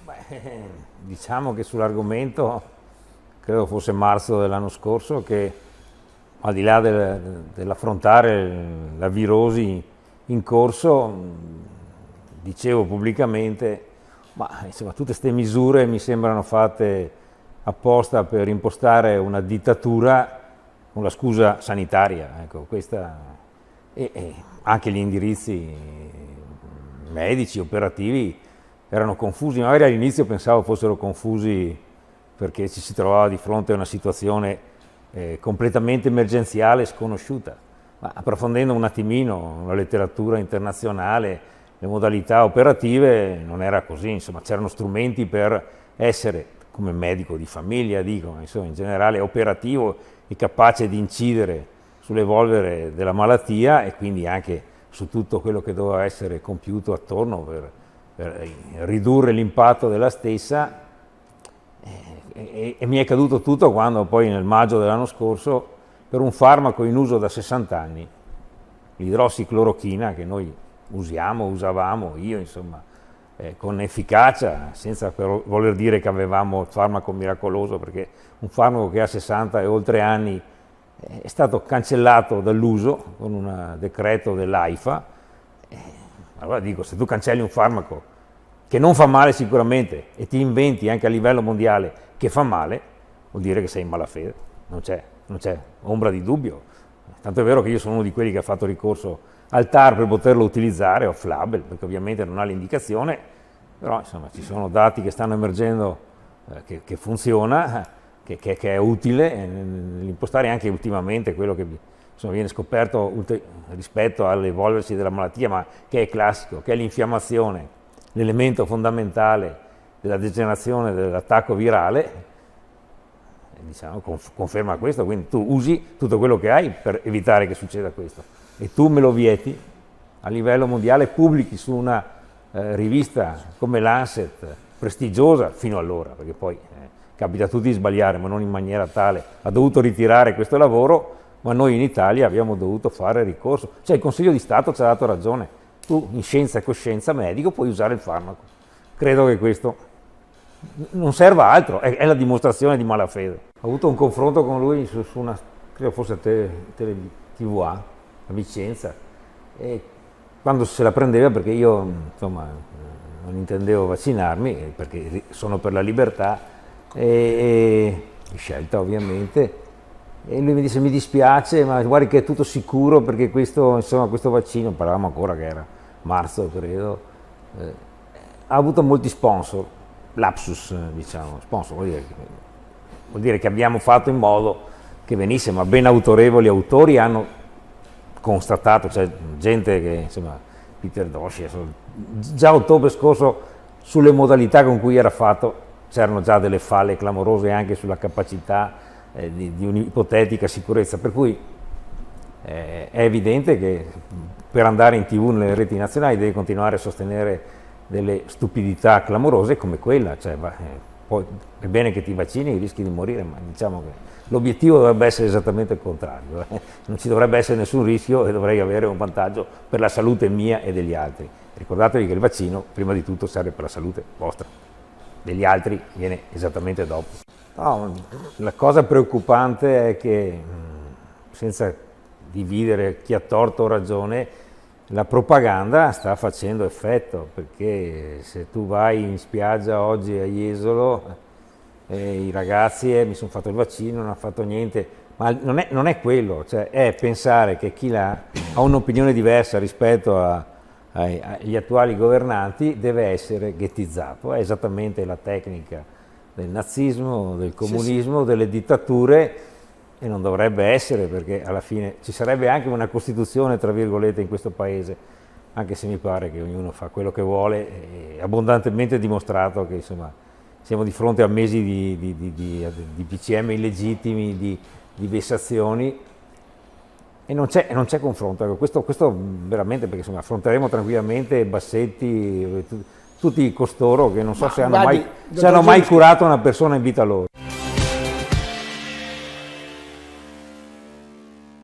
Diciamo che sull'argomento, credo fosse marzo dell'anno scorso, che al di là dell'affrontare la virosi in corso, dicevo pubblicamente, ma insomma tutte queste misure mi sembrano fatte apposta per impostare una dittatura con la scusa sanitaria, ecco, e anche gli indirizzi medici, operativi erano confusi, magari all'inizio pensavo fossero confusi perché ci si trovava di fronte a una situazione completamente emergenziale e sconosciuta, ma approfondendo un attimino la letteratura internazionale, le modalità operative, non era così, insomma c'erano strumenti per essere, come medico di famiglia dico, insomma in generale operativo e capace di incidere sull'evolvere della malattia e quindi anche su tutto quello che doveva essere compiuto attorno per ridurre l'impatto della stessa. E mi è caduto tutto quando poi nel maggio dell'anno scorso, per un farmaco in uso da 60 anni, l'idrossiclorochina, che noi usavamo, io insomma, con efficacia, senza voler dire che avevamo il farmaco miracoloso, perché un farmaco che ha 60 e oltre anni è stato cancellato dall'uso con un decreto dell'AIFA. Allora dico, se tu cancelli un farmaco che non fa male sicuramente e ti inventi anche a livello mondiale che fa male, vuol dire che sei in malafede, non c'è ombra di dubbio. Tanto è vero che io sono uno di quelli che ha fatto ricorso al TAR per poterlo utilizzare, o FLABEL, perché ovviamente non ha l'indicazione, però insomma ci sono dati che stanno emergendo che funziona, che è utile nell'impostare anche ultimamente quello che insomma, viene scoperto rispetto all'evolversi della malattia, ma che è classico, che è l'infiammazione, l'elemento fondamentale della degenerazione dell'attacco virale, diciamo, conferma questo, quindi tu usi tutto quello che hai per evitare che succeda questo e tu me lo vieti a livello mondiale, pubblichi su una rivista come Lancet, prestigiosa fino allora, perché poi capita a tutti di sbagliare, ma non in maniera tale, ha dovuto ritirare questo lavoro, ma noi in Italia abbiamo dovuto fare ricorso, cioè il Consiglio di Stato ci ha dato ragione, tu in scienza e coscienza medico puoi usare il farmaco, credo che questo non serva a altro, è la dimostrazione di malafede. Ho avuto un confronto con lui su una, credo fosse TVA a Vicenza, e quando se la prendeva perché io insomma non intendevo vaccinarmi perché sono per la libertà e scelta ovviamente, e lui mi disse mi dispiace ma guardi che è tutto sicuro perché questo, insomma, questo vaccino, parlavamo ancora che era marzo credo, ha avuto molti sponsor, lapsus diciamo, sponsor vuol dire che abbiamo fatto in modo che venisse, ma ben autorevoli autori hanno constatato, cioè gente che insomma, Peter Doshi, già a ottobre scorso sulle modalità con cui era fatto c'erano già delle falle clamorose anche sulla capacità di un'ipotetica sicurezza, per cui è evidente che per andare in TV nelle reti nazionali devi continuare a sostenere delle stupidità clamorose come quella, cioè, poi è bene che ti vaccini e rischi di morire, ma diciamo che l'obiettivo dovrebbe essere esattamente il contrario, non ci dovrebbe essere nessun rischio e dovrei avere un vantaggio per la salute mia e degli altri. Ricordatevi che il vaccino prima di tutto serve per la salute vostra, degli altri viene esattamente dopo. No, la cosa preoccupante è che, senza dividere chi ha torto o ragione, la propaganda sta facendo effetto, perché se tu vai in spiaggia oggi a Jesolo, i ragazzi mi sono fatto il vaccino, non ha fatto niente, ma non è quello, cioè è pensare che chi ha un'opinione diversa rispetto agli attuali governanti deve essere ghettizzato, è esattamente la tecnica del nazismo, del comunismo, sì, sì, delle dittature, e non dovrebbe essere, perché alla fine ci sarebbe anche una Costituzione, tra virgolette, in questo Paese, anche se mi pare che ognuno fa quello che vuole, è abbondantemente dimostrato che insomma, siamo di fronte a mesi di PCM illegittimi, di vessazioni, e non c'è confronto. Ecco, questo veramente, perché insomma, affronteremo tranquillamente Bassetti, tutti costoro che non so se hanno mai curato una persona in vita loro.